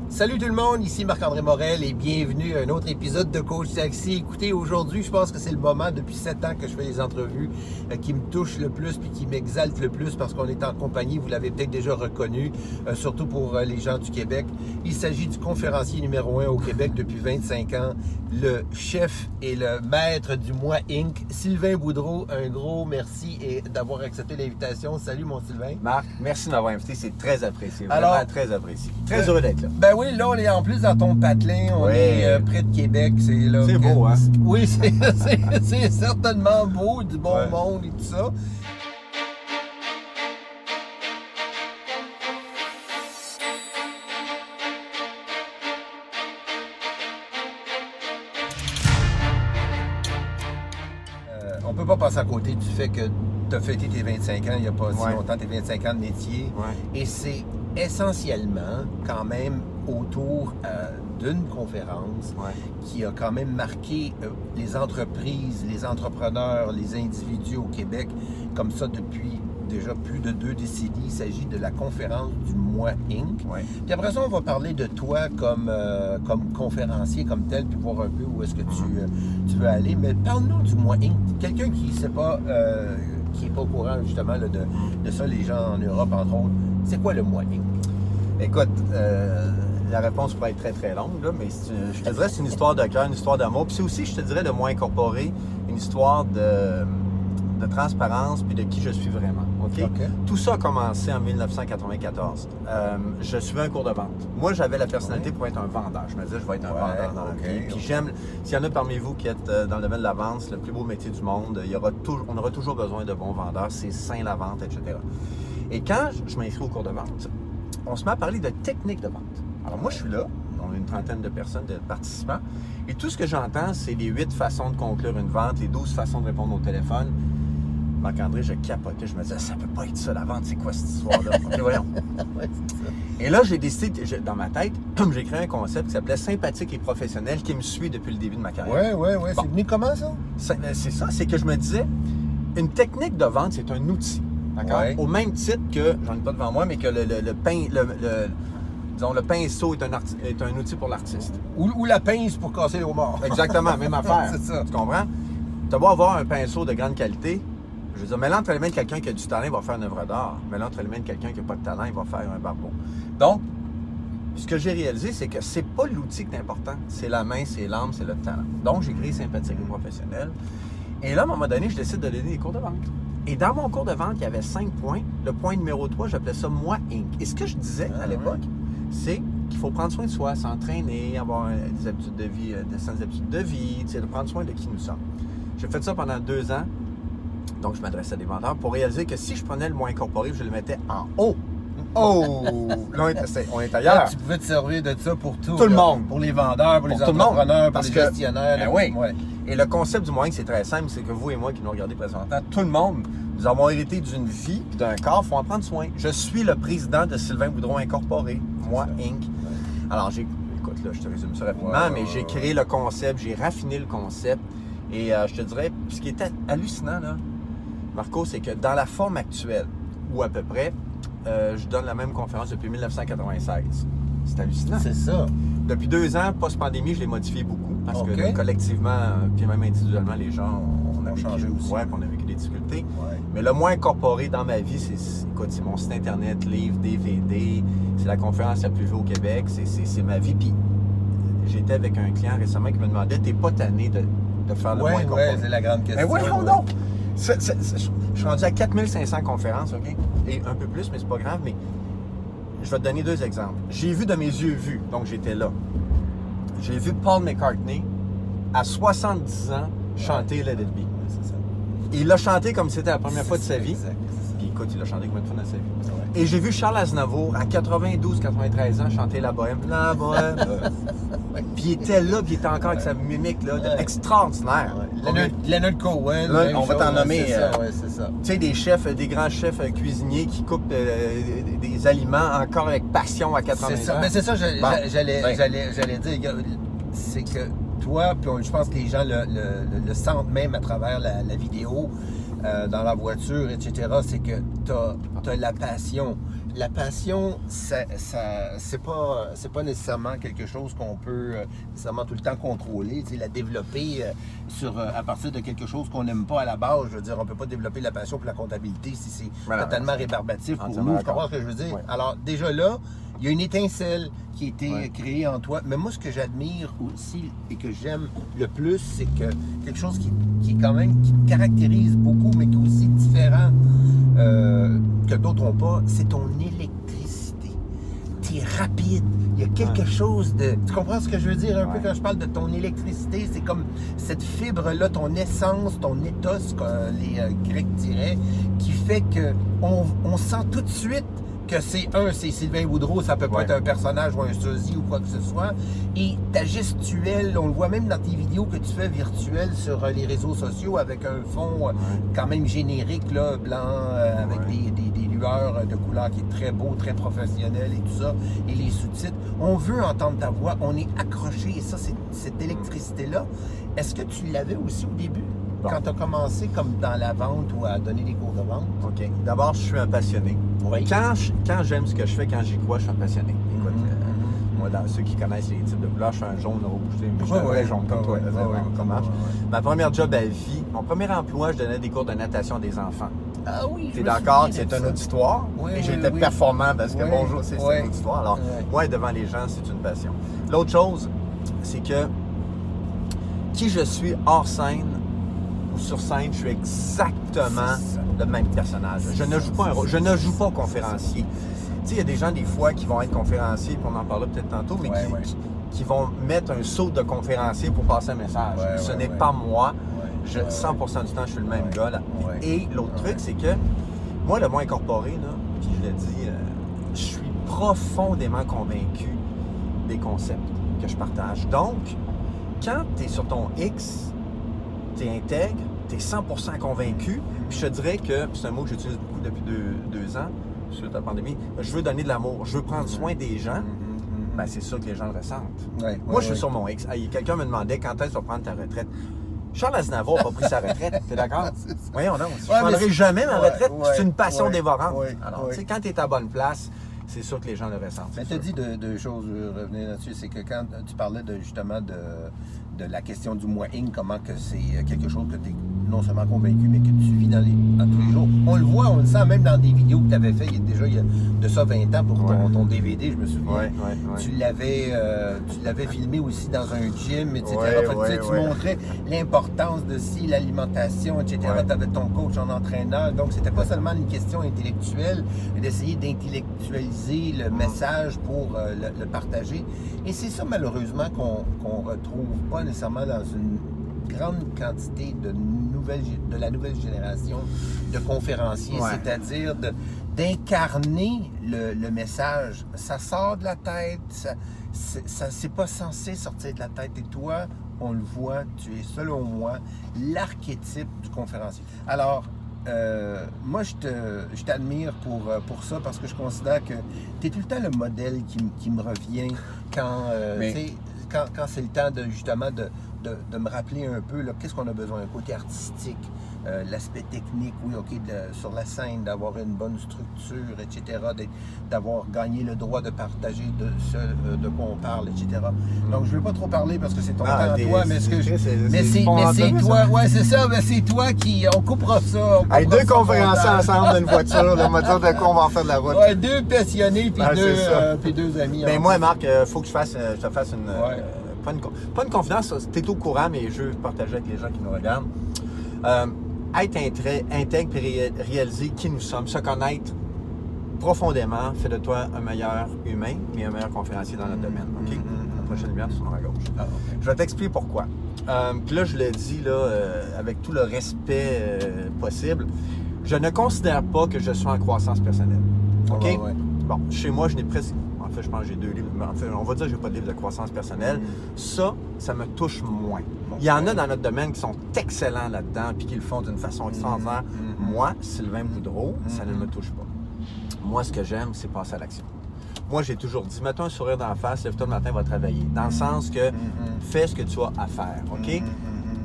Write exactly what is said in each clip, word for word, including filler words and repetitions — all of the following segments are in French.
Salut tout le monde, ici Marc-André Morel et bienvenue à un autre épisode de Coach Taxi. Écoutez, aujourd'hui, je pense que c'est le moment depuis sept ans que je fais les entrevues euh, qui me touchent le plus puis qui m'exaltent le plus parce qu'on est en compagnie, vous l'avez peut-être déjà reconnu, euh, surtout pour euh, les gens du Québec. Il s'agit du conférencier numéro un au Québec depuis vingt-cinq ans, le chef et le maître du Moi Incorporé, Sylvain Boudreau. Un gros merci et d'avoir accepté l'invitation. Salut mon Sylvain. Marc, merci de m'avoir invité, c'est très apprécié, vraiment Alors, très apprécié. Très euh, heureux d'être là. Ben oui, là, on est en plus dans ton patelin, on Ouais. est euh, près de Québec, c'est là. C'est que- beau, hein? Oui, c'est, c'est, c'est certainement beau, du bon Ouais. monde et tout ça. Euh, on peut pas passer à côté du fait que tu as fêté tes vingt-cinq ans il n'y a pas si Ouais. longtemps, tes vingt-cinq ans de métier. Ouais. Et c'est essentiellement quand même autour euh, d'une conférence Ouais. qui a quand même marqué euh, les entreprises, les entrepreneurs, les individus au Québec comme ça depuis déjà plus de deux décennies. Il s'agit de la conférence du Moi Incorporé. Ouais. Puis après ça, on va parler de toi comme, euh, comme conférencier, comme tel, puis voir un peu où est-ce que tu, euh, tu veux aller. Mais parle-nous du Moi Incorporé. Quelqu'un qui ne sait pas, euh, qui n'est pas au courant justement là, de, de ça, les gens en Europe, entre autres, c'est quoi le Moi Incorporé? Écoute, euh, la réponse pourrait être très très longue, là, mais c'est une- je te dirais que c'est une histoire de cœur, une histoire d'amour. Puis c'est aussi, je te dirais, de Moi Incorporé, une histoire de, de transparence puis de qui je suis vraiment. OK? OK. Tout ça a commencé en dix-neuf cent quatre-vingt-quatorze. Euh, je suivais un cours de vente. Moi, j'avais la personnalité Ouais. pour être un vendeur. Je me disais, je vais être un Ouais, vendeur dans OK, la vie. Puis OK. j'aime, s'il y en a parmi vous qui êtes euh, dans le domaine de la vente, c'est le plus beau métier du monde. Il y aura toujours, on aura toujours besoin de bons vendeurs. C'est sain la vente, et cetera. Et quand je m'inscris au cours de vente, on se met à parler de technique de vente. Alors moi, je suis là, on a une trentaine de personnes, de participants, et tout ce que j'entends, c'est les huit façons de conclure une vente, les douze façons de répondre au téléphone. Marc-André, je capotais, je me disais, ça peut pas être ça, la vente, c'est quoi cette histoire-là? OK, voyons. Ouais, c'est ça. Et là, j'ai décidé, j'ai- dans ma tête, j'ai créé un concept qui s'appelait Sympathique et professionnel, qui me suit depuis le début de ma carrière. Ouais, ouais, ouais. Bon. C'est venu comment ça? C'est c'est ça, c'est que je me disais, une technique de vente, c'est un outil. D'accord? Ouais. Au même titre que, j'en ai pas devant moi, mais que le, le, le, pain, le, le- disons, le pinceau est un, arti- est un outil pour l'artiste. Ou, ou la pince pour casser les homards. Exactement, même affaire. C'est ça. Tu comprends? Tu vas avoir un pinceau de grande qualité. Je veux dire, mets-le entre les mains de quelqu'un qui a du talent, il va faire une œuvre d'art. Mets-le entre les mains de quelqu'un qui n'a pas de talent, il va faire un barbeau. Donc, ce que j'ai réalisé, c'est que c'est pas l'outil qui est important. C'est la main, c'est l'âme, c'est le talent. Donc, j'ai créé Sympathique et professionnel. Et là, à un moment donné, je décide de donner des cours de vente. Et dans mon cours de vente, il y avait cinq points. Le point numéro trois, j'appelais ça Moi Incorporé. Et ce que je disais Ah, à l'époque, c'est qu'il faut prendre soin de soi, s'entraîner, avoir euh, des habitudes de vie, euh, des saines habitudes de vie, tu sais, de prendre soin de qui nous sommes. J'ai fait ça pendant deux ans. Donc, je m'adressais à des vendeurs pour réaliser que si je prenais le Moi Incorporé, je le mettais en haut. Oh! Là, on est, c'est- on est Là, ailleurs. tu pouvais te servir de ça pour tout. Tout le là. monde. Pour les vendeurs, pour, Pour les tout le monde. entrepreneurs, pour Parce les que- gestionnaires. Ben là. oui. Ouais. Et le concept du Moi Incorporé, c'est très simple, c'est que vous et moi qui nous regardez présentement, tout le monde, nous avons hérité d'une vie, puis d'un corps, il faut en prendre soin. Je suis le président de Sylvain Boudreau Incorporé, Moi Incorporé. Alors, j'ai, écoute, là, je te résume ça rapidement, Ouais, mais ouais, j'ai ouais. créé le concept, j'ai raffiné le concept, et euh, je te dirais, ce qui était hallucinant, là, Marco, c'est que dans la forme actuelle, ou à peu près, euh, je donne la même conférence depuis dix-neuf cent quatre-vingt-seize. C'est hallucinant. C'est ça. Depuis deux ans, post-pandémie, je l'ai modifié beaucoup parce OK. que collectivement, euh, puis même individuellement, les gens, on, on a Ont vécu, changé aussi. ouais, puis on a vécu des difficultés. Ouais. Mais le Moi Incorporé dans ma vie, c'est, c'est- écoute, c'est mon site internet, livre, D V D, c'est la conférence la plus vue au Québec, c'est, c'est, c'est ma vie. Puis j'étais avec un client récemment qui me demandait, t'es pas tanné de, de faire le Moi Ouais, Incorporé? ouais, c'est la grande question. Mais voyons ouais. donc! C'est- c'est- c'est- je suis rendu à quatre mille cinq cents conférences, OK? Et un peu plus, mais c'est pas grave, mais je vais te donner deux exemples. J'ai vu de mes yeux vus, donc j'étais là. J'ai vu Paul McCartney, à soixante-dix ans, chanter Let It Be. Ouais, c'est ça. Et il l'a chanté comme si c'était la première fois de sa vie. Exact, c'est ça. Puis écoute, il l'a chanté combien de fois dans sa vie? Ouais. Et j'ai vu Charles Aznavour, à quatre-vingt-douze quatre-vingt-treize ans, chanter La Bohème. La Bohème. Puis il était là, puis il était encore avec sa mimique là, de- Ouais. extraordinaire. Ouais. Leonard, Leonard Cohen. Là, même on va chose, t'en nommer, C'est euh, ça, ouais, c'est ça. Tu sais, des chefs, des grands chefs euh, cuisiniers qui coupent euh, des, des aliments encore avec passion à quatre-vingts C'est ça. ans. Mais c'est ça, je- Bon. j'allais, Ben. j'allais, j'allais dire, gars, c'est que toi, puis on- je pense que les gens le, le- le- le sentent même à travers la, la vidéo, euh, dans la voiture, et cetera, c'est que tu as la passion. la passion, ça, ça, c'est pas, c'est pas nécessairement quelque chose qu'on peut euh, nécessairement tout le temps contrôler. Tu sais, la développer euh, sur, euh, à partir de quelque chose qu'on n'aime pas à la base. Je veux dire, on peut pas développer la passion pour la comptabilité si c'est voilà, totalement ouais. rébarbatif pour Entièrement nous. Tu d'accord. comprends ce que je veux dire? Ouais. Alors, déjà là, il y a une étincelle qui a été Ouais. créée en toi. Mais moi, ce que j'admire aussi et que j'aime le plus, c'est que quelque chose qui, qui est quand même, qui te caractérise beaucoup, mais qui est aussi différent euh, que d'autres n'ont pas, c'est ton électricité. Tu es rapide. Il y a quelque Ouais. chose de... Tu comprends ce que je veux dire un Ouais. peu quand je parle de ton électricité? C'est comme cette fibre-là, ton essence, ton ethos, comme les euh, Grecs diraient, qui fait qu'on on sent tout de suite que c'est un, c'est Sylvain Boudreau, ça peut pas Ouais. être un personnage ou un sosie ou quoi que ce soit. Et ta gestuelle, on le voit même dans tes vidéos que tu fais virtuelles sur euh, les réseaux sociaux avec un fond euh, Ouais. quand même générique, là, blanc, euh, avec Ouais. des, des, des lueurs de couleur qui est très beau, très professionnel et tout ça. Et les sous-titres. On veut entendre ta voix, on est accroché. Et ça, c'est cette électricité-là. Est-ce que tu l'avais aussi au début? Bon. Quand tu as commencé comme dans la vente ou à donner des cours de vente? OK. D'abord, je suis un passionné. Oui. Quand, je- quand j'aime ce que je fais, quand j'y crois, je suis un passionné. Écoute, Mhm, euh, mhm. moi, dans ceux qui connaissent les types de couleurs, je suis un jaune rouge. tu sais, mais Je suis Ouais, un vrai ouais. jaune comme Ouais, toi. ouais, là, ouais, ça, ouais, ça marche. ouais, ouais. Ma première job à vie, mon premier emploi, je donnais des cours de natation à des enfants. Ah oui, Tu je es me d'accord que souviens c'est de un ça. auditoire Oui, et oui, j'étais oui. performant parce que Oui, bonjour, c'est oui. c'est un auditoire. Alors, Ouais. moi, devant les gens, c'est une passion. L'autre chose, c'est que qui je suis hors scène ou sur scène, je suis exactement C'est ça. le même personnage. Je ne joue pas un rôle, je ne joue pas conférencier. Tu sais, il y a des gens, des fois, qui vont être conférenciers, puis on en parlera peut-être tantôt, mais Ouais, qui, ouais. qui- qui vont mettre un saut de conférencier pour passer un message. Ouais, Ce ouais, n'est ouais. pas moi. Ouais, Je, ouais, cent pour cent du temps, je suis le même Ouais. gars. Là. Ouais. Et l'autre Ouais. truc, c'est que moi, le mot incorporé, là, puis je le dis, euh, je suis profondément convaincu des concepts que je partage. Donc, quand tu es sur ton X, tu es intègre, tu es cent pour cent convaincu, puis je te dirais que, puis c'est un mot que j'utilise beaucoup depuis deux, deux ans, suite à la pandémie, je veux donner de l'amour, je veux prendre soin des gens, Mhm, ben c'est ça que les gens le ressentent. mhm. Ouais, Moi, ouais, je suis ouais. sur mon X. Hey, quelqu'un me demandait quand est-ce que tu vas prendre ta retraite. Charles Aznavour n'a pas pris sa retraite, t'es d'accord? C'est ça. Voyons donc, je Ouais, ne mais prendrai c'est- jamais ma ouais, retraite, ouais, c'est une passion ouais, dévorante. ouais, Alors, ouais. tu sais, quand tu es à bonne place, c'est sûr que les gens le ressentent. Mais c'est tu as sûr. dit deux, deux choses, je veux revenir là-dessus, c'est que quand tu parlais de, justement de, de la question du moi Inc, comment que c'est quelque chose que tu es non seulement convaincu, mais que tu vis dans, les, dans tous les jours. On le voit, on le sent même dans des vidéos que tu avais fait il y a déjà il y a de ça vingt ans pour ton, Ouais. ton D V D, je me souviens. Ouais, ouais, ouais. Tu l'avais euh, tu l'avais filmé aussi dans un gym, et cetera. Ouais, Fait que, tu sais, ouais, tu ouais. montrais l'importance de si, l'alimentation, et cetera. Ouais. Tu avais ton coach en entraîneur. Donc, c'était pas seulement une question intellectuelle, mais d'essayer d'intellectualiser le message pour euh, le, le partager. Et c'est ça, malheureusement, qu'on qu'on retrouve pas nécessairement dans une grande quantité de, nouvelles, de la nouvelle génération de conférenciers, Ouais. c'est-à-dire de- d'incarner le, le message. Ça sort de la tête, ça, c'est, ça, c'est pas censé sortir de la tête. Et toi, on le voit, tu es, selon moi, l'archétype du conférencier. Alors, euh, moi, je, te, je t'admire pour, euh, pour ça parce que je considère que tu es tout le temps le modèle qui, m- qui me revient quand, euh, Mais- tu sais, quand, quand c'est le temps de justement de, de, de me rappeler un peu là, qu'est-ce qu'on a besoin, un côté artistique, euh, l'aspect technique, oui, ok, de- sur la scène, d'avoir une bonne structure, et cetera, d'être- d'avoir gagné le droit de partager de ce euh, de quoi on parle, et cetera. Donc, je ne veux pas trop parler parce que c'est ton Ah, temps à des- toi, mais ce que je- c'est- mais c'est bon mais en c'est tout, toi, ça. ouais, c'est ça, mais c'est toi qui, on coupera ça. on Hey, coupera deux ça au conférenciers montage. ensemble dans une voiture, là, on va dire de quoi on va en faire de la route. Ouais, deux passionnés puis Ah, deux, c'est ça. euh, puis deux amis. Mais en moi, plus. Marc, il faut que je, fasse, euh, je te fasse une. euh, Ouais. pas, une con- pas une confidence, tu es au courant, mais je veux partager avec les gens qui nous regardent. Euh, être intré- intègre et ré- réaliser qui nous sommes, se connaître profondément fait de toi un meilleur humain, mais un meilleur conférencier dans notre domaine. OK? La prochaine lumière, c'est sur la gauche. Ah, ok. Je vais t'expliquer pourquoi. Euh, Puis là, je le dis là, euh, avec tout le respect euh, possible, je ne considère pas que je suis en croissance personnelle. OK? Ouais, ouais. Bon, chez moi, je n'ai presque... En fait, je pense que j'ai deux livres. Mais en fait, on va dire que je n'ai pas de livre de croissance personnelle. Mm. Ça, ça me touche moins. Il y en a dans notre domaine qui sont excellents là-dedans puis qui le font d'une façon extraordinaire. Mm. Moi, Sylvain Boudreau, ça ne Mm. me touche pas. Moi, ce que j'aime, c'est passer à l'action. Moi, j'ai toujours dit, mets-toi un sourire dans la face, lève-toi le matin, va travailler. Dans le sens que Mm. fais ce que tu as à faire, OK? Mm.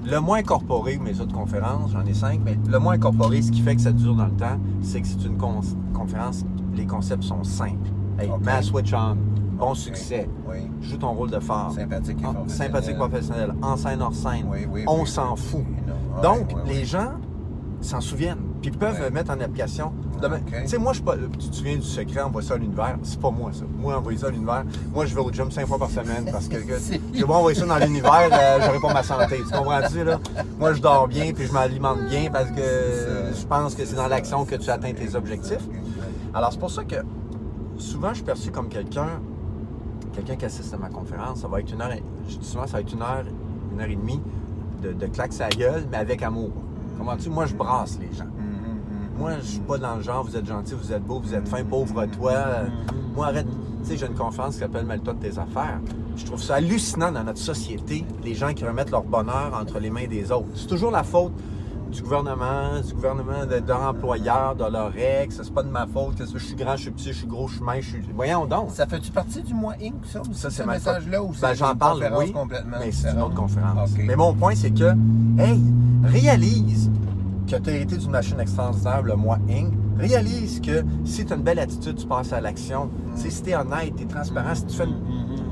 Le moins incorporé, mes autres conférences, j'en ai cinq, mais le moins incorporé, ce qui fait que ça dure dans le temps, c'est que c'est une con- conférence, les concepts sont simples. Hey, Okay. mets à switch on, bon Okay. succès, Oui. joue ton rôle de phare. Sympathique et En- professionnel. sympathique professionnel, en scène, hors scène. Oui, oui, On oui, s'en oui. fout. Non. Ouais, Donc, ouais, les ouais. gens s'en souviennent, puis peuvent Ouais. mettre en application. Demain. Okay. Tu sais, moi, je suis pas. Tu te souviens du secret, envoie ça à l'univers. C'est pas moi, ça. Moi, envoyer ça à l'univers. Moi, je vais au gym cinq fois par semaine parce que. que C'est- j'ai beau envoyer ça dans l'univers, euh, j'aurai pas ma santé. Tu comprends-tu, là? Moi, je dors bien, puis je m'alimente bien parce que Ça, je pense que c'est dans ça, l'action que tu c'est atteins ça, tes objectifs. exact. Alors, c'est pour ça que souvent, je suis perçu comme quelqu'un. Quelqu'un qui assiste à ma conférence, ça va être une heure. Je dis souvent, ça va être une heure, une heure et demie de, de claques à la gueule, mais avec amour. Comprends-tu? Moi, je brasse les gens. Mhm, Moi, je suis pas dans le genre, vous êtes gentil, vous êtes beau, vous êtes fin, pauvre-toi. Euh, Moi, arrête. Tu sais, j'ai une conférence qui s'appelle Mêle-toi de tes affaires. Je trouve ça hallucinant dans notre société, les gens qui remettent leur bonheur entre les mains des autres. C'est toujours la faute du gouvernement, du gouvernement de, de leur employeur, de leur ex. C'est pas de ma faute. Que je suis grand, je suis petit, je suis gros, je suis mince, je suis. Voyons donc. Ça fait-tu partie du mois Inc, ça? aussi, Ça, c'est ce ma message-là, ou c'est Ben, j'en une parle, conférence oui, complètement mais c'est une différente? autre conférence. OK. Mais mon point, c'est que, hey, réalise que tu as hérité d'une machine extraordinaire, le mois Inc. Réalise que si tu as une belle attitude, tu passes à l'action. Tu sais, si tu es honnête, tu es transparent, si tu fais une-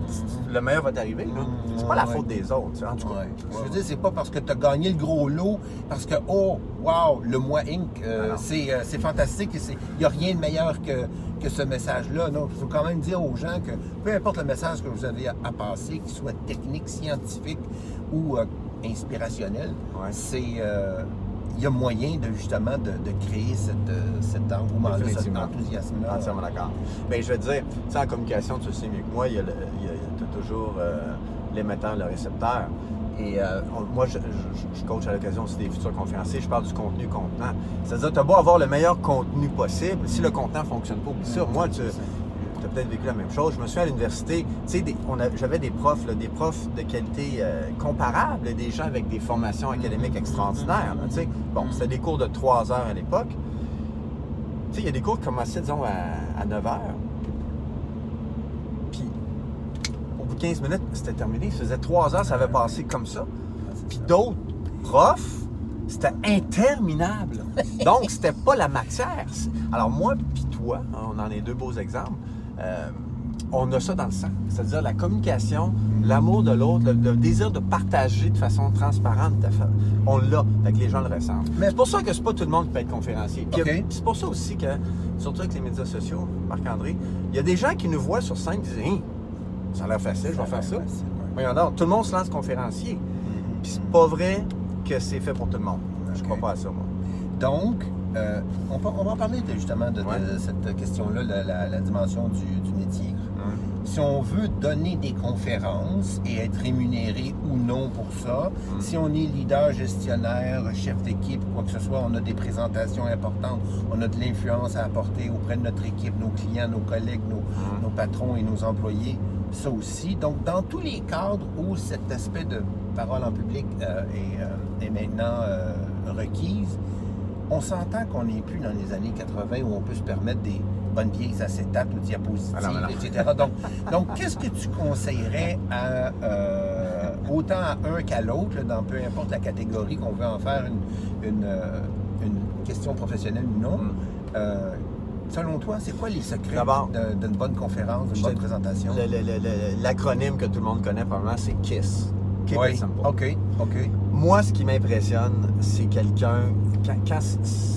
le meilleur va t'arriver. là. C'est pas la Ouais. faute des autres. tu sais, En tout cas, Ouais. Je veux dire, c'est pas parce que tu as gagné le gros lot, parce que, oh, wow, le mois Inc, euh, Alors. c'est, euh, c'est fantastique et il n'y a rien de meilleur que, que ce message-là. Non, il faut quand même dire aux gens que peu importe le message que vous avez à, à passer, qu'il soit technique, scientifique ou euh, inspirationnel, Ouais. c'est... euh, il y a moyen de justement de, de créer cette, euh, cet engouement-là, cet Définitivement. enthousiasme-là. entièrement d'accord. Bien, je vais te dire, tu sais, en communication, tu le sais mieux que moi, il y a, le- il y a- il y a toujours euh, l'émetteur, le récepteur. Et euh, on- moi, je, je- je coach à l'occasion aussi des futurs conférenciers, je parle du contenu contenant. C'est-à-dire, tu as beau avoir le meilleur contenu possible, si le contenant ne fonctionne pas, oublie ça. Moi, tu as peut-être vécu la même chose. Je me suis à l'université, tu sais, des- on a- j'avais des profs, là, des profs de qualité euh, comparable, des gens avec des formations académiques extraordinaires. là, tu sais. Bon, c'était des cours de trois heures à l'époque. Tu sais, il y a des cours qui commençaient, disons, à, à neuf heures. Puis, au bout de quinze minutes, c'était terminé. Ça faisait trois heures, ça avait passé comme ça. Puis d'autres profs, c'était interminable. Donc, c'était pas la matière. Alors moi, puis toi, on en est deux beaux exemples, euh, on a ça dans le sang. C'est-à-dire la communication, l'amour de l'autre, le, le désir de partager de façon transparente, on l'a, fait que les gens le ressentent. Mais- C'est pour ça que c'est pas tout le monde qui peut être conférencier. Puis, OK. c'est pour ça aussi que, surtout avec les médias sociaux, Marc-André, il y a des gens qui nous voient sur scène et disent « Hein, ça a l'air facile, je vais faire ça. » Voyons donc, tout le monde se lance conférencier. Puis c'est pas vrai que c'est fait pour tout le monde. Je OK. crois pas à ça, moi. Donc, euh, on, va, on va en parler de, justement de, de Ouais. cette question-là, la, la- la dimension du, du métier. Si on veut donner des conférences et être rémunéré ou non pour ça, Mm. si on est leader, gestionnaire, chef d'équipe, quoi que ce soit, on a des présentations importantes, on a de l'influence à apporter auprès de notre équipe, nos clients, nos collègues, nos, Mm. nos patrons et nos employés, ça aussi. Donc, dans tous les cadres où cet aspect de parole en public euh, est, euh, est maintenant euh, requise, on s'entend qu'on n'est plus dans les années quatre-vingts où on peut se permettre des bonnes vieilles acétates ou diapositives, Ah non, non. et cetera. Donc, donc qu'est-ce que tu conseillerais à, euh, autant à un qu'à l'autre, là, dans peu importe la catégorie qu'on veut en faire une, une, euh, une question professionnelle ou non? Mm. Euh, selon toi, c'est quoi les secrets D'abord, de- d'une bonne conférence, d'une je bonne te- présentation? Le- le- le- le- L'acronyme que tout le monde connaît probablement, c'est KISS. Keep Oui, it simple. OK, OK. Moi, ce qui m'impressionne, c'est quelqu'un. Quand, quand c'est- c'est-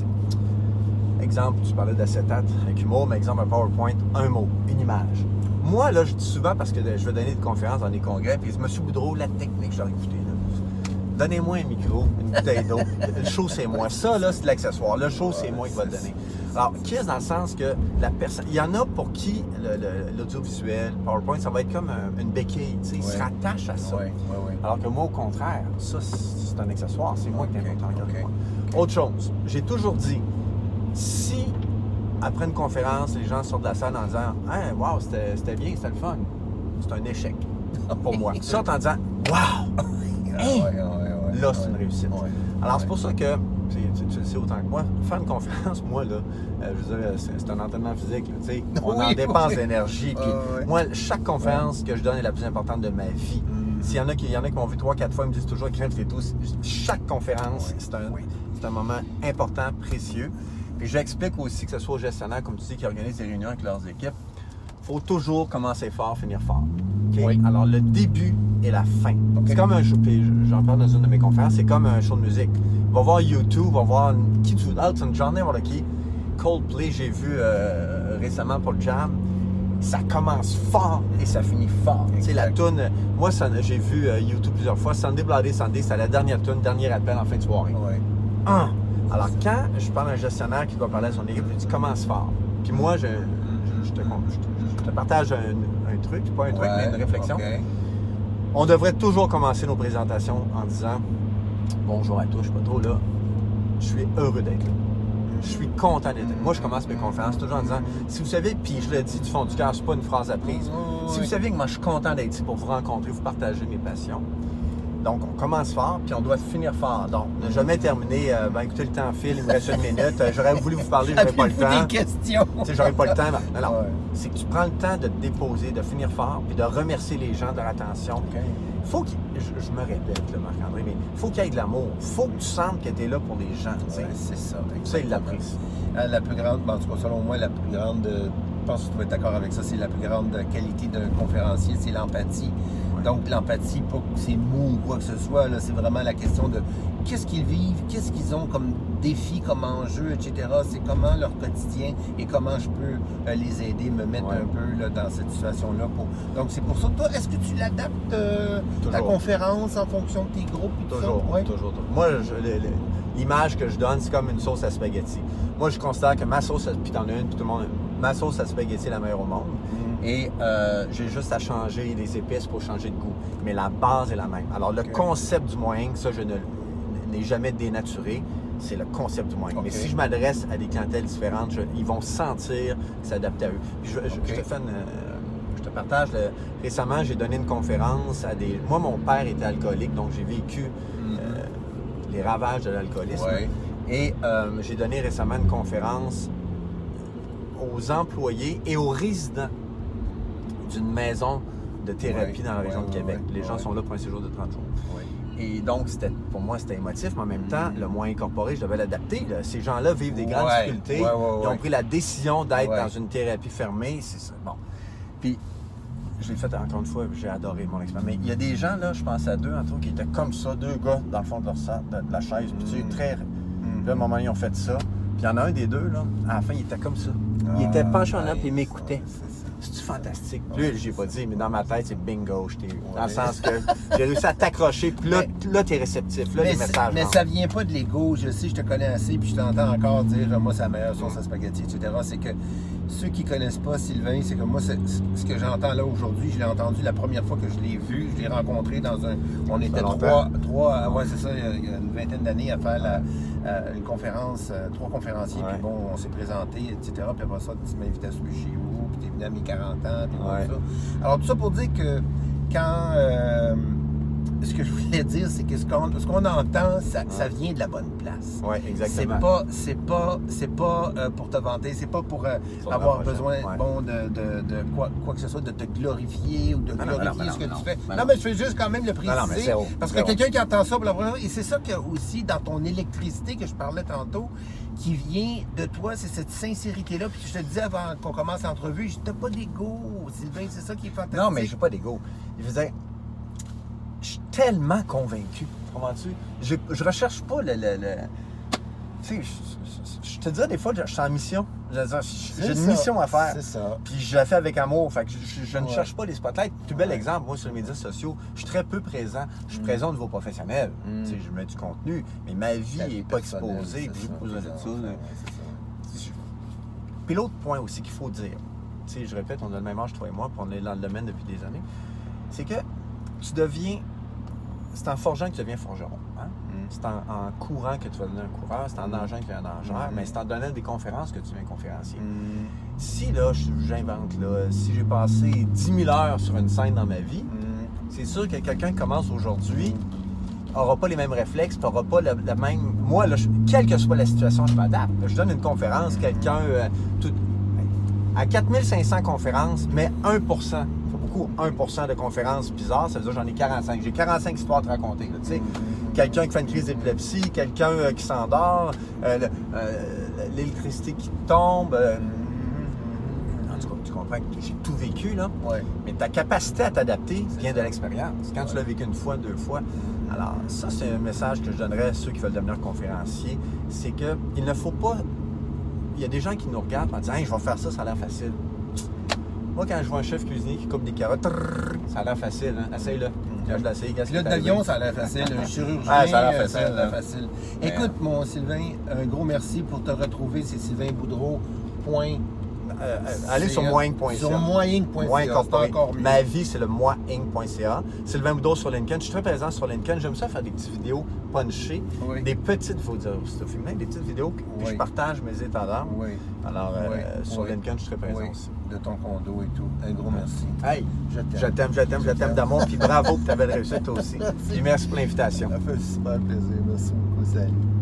exemple, tu parlais d'acétate avec humour, mais exemple, un PowerPoint, un mot, une image. Moi, là, je dis souvent, parce que je vais donner des conférences dans des congrès, puis M. Boudreau, la technique, je leur écouté, là. Donnez-moi un micro, une bouteille d'eau. Le show, c'est moi. Ça, là, c'est de l'accessoire. Le show, c'est moi qui va le donner. Alors, KISS, dans le sens que la personne. Il y en a pour qui le- le- l'audiovisuel, PowerPoint, ça va être comme un- une béquille. Tu sais, ils se Ouais. rattachent à ça. Oui, oui, oui. Alors que moi, au contraire, ça, c'est un accessoire. C'est moi qui est Ok, important. Regarde ok. moi. Autre chose, j'ai toujours dit, si après une conférence, les gens sortent de la salle en disant « Hein, wow, c'était c'était bien, c'était le fun », c'est un échec pour moi. Ils sortent en disant « Wow, Ah, Hey! ouais, ouais, ouais, là, ouais. c'est une réussite. Ouais. » Alors, c'est Ouais. pour ça que, tu, tu- tu le sais autant que moi, faire une conférence, moi, là, euh, je veux dire, c'est c'est un entraînement physique. Là, tu sais. On Oui, en dépense oui. d'énergie. Puis Ouais, ouais. moi, chaque conférence que je donne est la plus importante de ma vie. Mm. s'il y en a qui, il y en a qui m'ont vu trois, quatre fois, ils me disent toujours, Crème, c'est tout. Chaque conférence, oui. c'est un, oui. c'est un moment important, précieux. Puis j'explique aussi que ce soit aux gestionnaires, comme tu dis, qui organisent des réunions avec leurs équipes, il faut toujours commencer fort, finir fort. Okay? Oui. Alors, le début et la fin. Okay. C'est comme un show, puis j'en parle dans une de mes conférences, c'est comme un show de musique. Va voir YouTube, va voir qui tu Elton John, n'importe qui. Coldplay, j'ai vu euh, récemment pour le Jam. Ça commence fort et ça finit fort. Tu sais, la toune, moi, ça, j'ai vu euh, YouTube plusieurs fois. Sunday Bloody Sunday, c'est la dernière toune, dernier appel en fin de soirée. Ouais. Ah! Alors, quand je parle à un gestionnaire qui doit parler à son équipe, je dis commence fort. Puis moi, je, je, je, te, je, te, je te partage un, un truc, pas un truc, ouais, mais une réflexion. Okay. On devrait toujours commencer nos présentations en disant bonjour à tous, je suis pas trop là. Je suis heureux d'être là. Je suis content d'être là. Moi, je commence mes conférences toujours en disant si vous savez, puis je le dis du fond du cœur, c'est pas une phrase apprise. Si vous savez que moi, je suis content d'être ici pour vous rencontrer, vous partager mes passions. Donc, on commence fort, puis on doit finir fort. Donc, ne jamais terminer, euh, ben écoutez, le temps file, il me reste une minute, euh, j'aurais voulu vous parler, j'aurais pas le temps. des questions. Tu sais, j'aurais pas le temps. Non, non. Ouais. C'est que tu prends le temps de te déposer, de finir fort, puis de remercier les gens de leur attention. Okay. Faut qu'il, je, je me répète, là, Marc-André, mais il faut qu'il y ait de l'amour. Il faut que tu sentes que tu es là pour les gens. Ouais, c'est ça. Ça, il l'apprécie. La plus grande, en tout cas, selon moi, la plus grande, je pense que tu vas être d'accord avec ça, c'est la plus grande qualité d'un conférencier, c'est l'empathie. Ouais. Donc, l'empathie, pas que c'est mou ou quoi que ce soit, là, c'est vraiment la question de qu'est-ce qu'ils vivent, qu'est-ce qu'ils ont comme défi, comme enjeu, et cetera. C'est comment leur quotidien et comment je peux euh, les aider, me mettre ouais. un peu là, dans cette situation-là. Pour... Donc, c'est pour ça. Toi, est-ce que tu l'adaptes, euh, ta conférence, en fonction de tes groupes? Et tout toujours, ça? Ouais. toujours, toujours. Moi, je, le, le, l'image que je donne, c'est comme une sauce à spaghetti. Moi, je considère que ma sauce, puis t'en as une, puis tout le monde, ma sauce à spaghetti est la meilleure au monde. Mm. Et euh, j'ai juste à changer les épices pour changer de goût. Mais la base est la même. Alors, le okay. concept du moyen, ça, je ne l'ai jamais dénaturé. C'est le concept du moyen. Okay. Mais si je m'adresse à des clientèles différentes, je, ils vont sentir s'adapter à eux. Puis je, je, okay. je te fais une, euh, je te partage. Le, récemment, j'ai donné une conférence à des... Moi, mon père était alcoolique, donc j'ai vécu mm-hmm. euh, les ravages de l'alcoolisme. Ouais. Et euh, j'ai donné récemment une conférence aux employés et aux résidents d'une maison de thérapie ouais, dans la région ouais, de Québec. Ouais, Les gens ouais. sont là pour un séjour de trente jours. Ouais. Et donc, c'était, pour moi, c'était émotif, mais en même temps, mm. le moyen incorporé, je devais l'adapter. Là. Ces gens-là vivent des grandes ouais, difficultés. Ouais, ouais, Ils ont ouais. pris la décision d'être ouais. dans une thérapie fermée. C'est ça. Bon. Puis, je l'ai fait encore une fois, j'ai adoré mon expérience. Mais il y a des gens, là, je pense à deux, entre autres, qui étaient comme ça, deux gars, dans le fond de, leur, de, de la chaise. Puis, tu sais, très... Mm. Puis, à un moment, ils ont fait ça. Puis, il y en a un des deux, là, à la fin, il était comme ça. Il ah, était penché en l'air, puis il m'écoutait. C'est fantastique. Puis là, j'ai pas dit, mais dans ma tête, c'est bingo. J'étais, ouais. Dans le sens que j'ai réussi à t'accrocher, puis là, mais, là t'es réceptif. Là, les messages. Mais ça vient pas de l'ego. Je sais, je te connais assez, puis je t'entends encore dire, moi, c'est la meilleure sauce à spaghetti, et cetera. C'est que ceux qui connaissent pas Sylvain, c'est que moi, c'est, ce que j'entends là aujourd'hui, je l'ai entendu la première fois que je l'ai vu. Je l'ai rencontré dans un. On était trois, trois, ouais, c'est ça, il y a une vingtaine d'années à faire la, euh, une conférence, euh, trois conférenciers, ouais. Puis bon, on s'est présenté, et cetera. Puis après ça, tu m'invitais à souper chez vous, puis t'es venu à mes quarante ans, puis ouais. tout ça. Alors, tout ça pour dire que quand. Euh, ce que je voulais dire, c'est que ce qu'on, ce qu'on entend, ça, ouais. ça vient de la bonne place. Oui, exactement. C'est pas, c'est pas, c'est pas euh, pour te vanter, c'est pas pour euh, avoir besoin ouais. bon, de, de, de quoi, quoi que ce soit, de te glorifier ou de non, glorifier non, non, ce que non, tu fais. Non, non, mais je fais juste quand même le préciser. Non, non, mais zéro, parce que zéro. Quelqu'un qui entend ça pour la première fois, et c'est ça que aussi dans ton électricité que je parlais tantôt, qui vient de toi, c'est cette sincérité-là. Puis je te disais avant qu'on commence l'entrevue, t'as pas d'ego, Sylvain, c'est ça qui est fantastique. Non, mais j'ai pas d'ego. Je veux dire, je suis tellement convaincu. Comprends-tu? Je, je recherche pas le. le, le... Tu sais, je, je te dis des fois, je, je suis en mission. Je veux dire, j'ai une ça. mission à faire. C'est ça. Puis je la fais avec amour. Fait que je, je, je ouais. ne cherche pas les spotlights. Plus bel ouais. exemple, moi, sur les médias sociaux, je suis très peu présent. Je suis mm. présent au niveau professionnel. Mm. Tu sais, je mets du contenu, mais ma vie n'est pas exposée. Puis j'ai pas besoin de ça. Puis l'autre point aussi qu'il faut dire, tu sais, je répète, on a le même âge, toi et moi, puis on est dans le domaine depuis des années, c'est que tu deviens, c'est en forgeant que tu deviens forgeron. Hein? Mm. C'est en, en courant que tu vas devenir un coureur, c'est en nageant que tu deviens un nageur, mm. mais c'est en donnant des conférences que tu deviens conférencier. Mm. Si, là, j'invente, là, si j'ai passé dix mille heures sur une scène dans ma vie, mm. c'est sûr que quelqu'un qui commence aujourd'hui n'aura pas les mêmes réflexes, n'aura pas le, le même... Moi, là, je, quelle que soit la situation, je m'adapte. Je donne une conférence, quelqu'un... Euh, tout, à quatre mille cinq cents conférences, mais un pour cent, il faut beaucoup coup un pour cent de conférences bizarres, ça veut dire que j'en ai quarante-cinq. J'ai quarante-cinq histoires à te raconter. Là, tu sais. Quelqu'un qui fait une crise d'épilepsie, quelqu'un euh, qui s'endort, euh, le- euh, l'électricité qui tombe. euh, en tout cas, tu comprends que j'ai tout vécu, là. Ouais. Mais ta capacité à t'adapter vient de l'expérience. Quand tu Ouais. l'as vécu une fois, deux fois. Alors, ça, c'est un message que je donnerais à ceux qui veulent devenir conférenciers. C'est qu'il ne faut pas... Il y a des gens qui nous regardent en disant hey, « je vais faire ça, ça a l'air facile. » Moi, quand je vois un chef cuisinier qui coupe des carottes, trrr, ça a l'air facile. Hein? Essaye-le. Quand je l'essaye, qu'est-ce Pilote qui est arrivé? d'avion, ça a l'air facile. Un chirurgien, Ah, ça a l'air ça a l'air facile, facile. Mais, Écoute, mon Sylvain, un gros merci pour te retrouver. C'est Sylvain Boudreau. Point. Euh, euh, allez sur moi inc point c a. Sur moi inc point c a. Moi C'est Incorporé. encore mieux. Ma vie, c'est le moi inc point c a. Sylvain Boudreau sur LinkedIn. Je suis très présent sur LinkedIn. J'aime ça faire des petites vidéos punchées, Oui. des petites vidéos, c'est féminin, des petites vidéos, puis Oui. je partage mes états d'âme. Oui. Alors, euh, Oui. sur Oui. LinkedIn, je suis très présent Oui. aussi. De ton condo et tout. Un gros merci. Hey, Je t'aime. je t'aime, je t'aime, je t'aime d'amour, puis bravo pour ta belle réussite aussi. Merci. Puis merci pour l'invitation. Ça fait super plaisir. Merci beaucoup. Salut.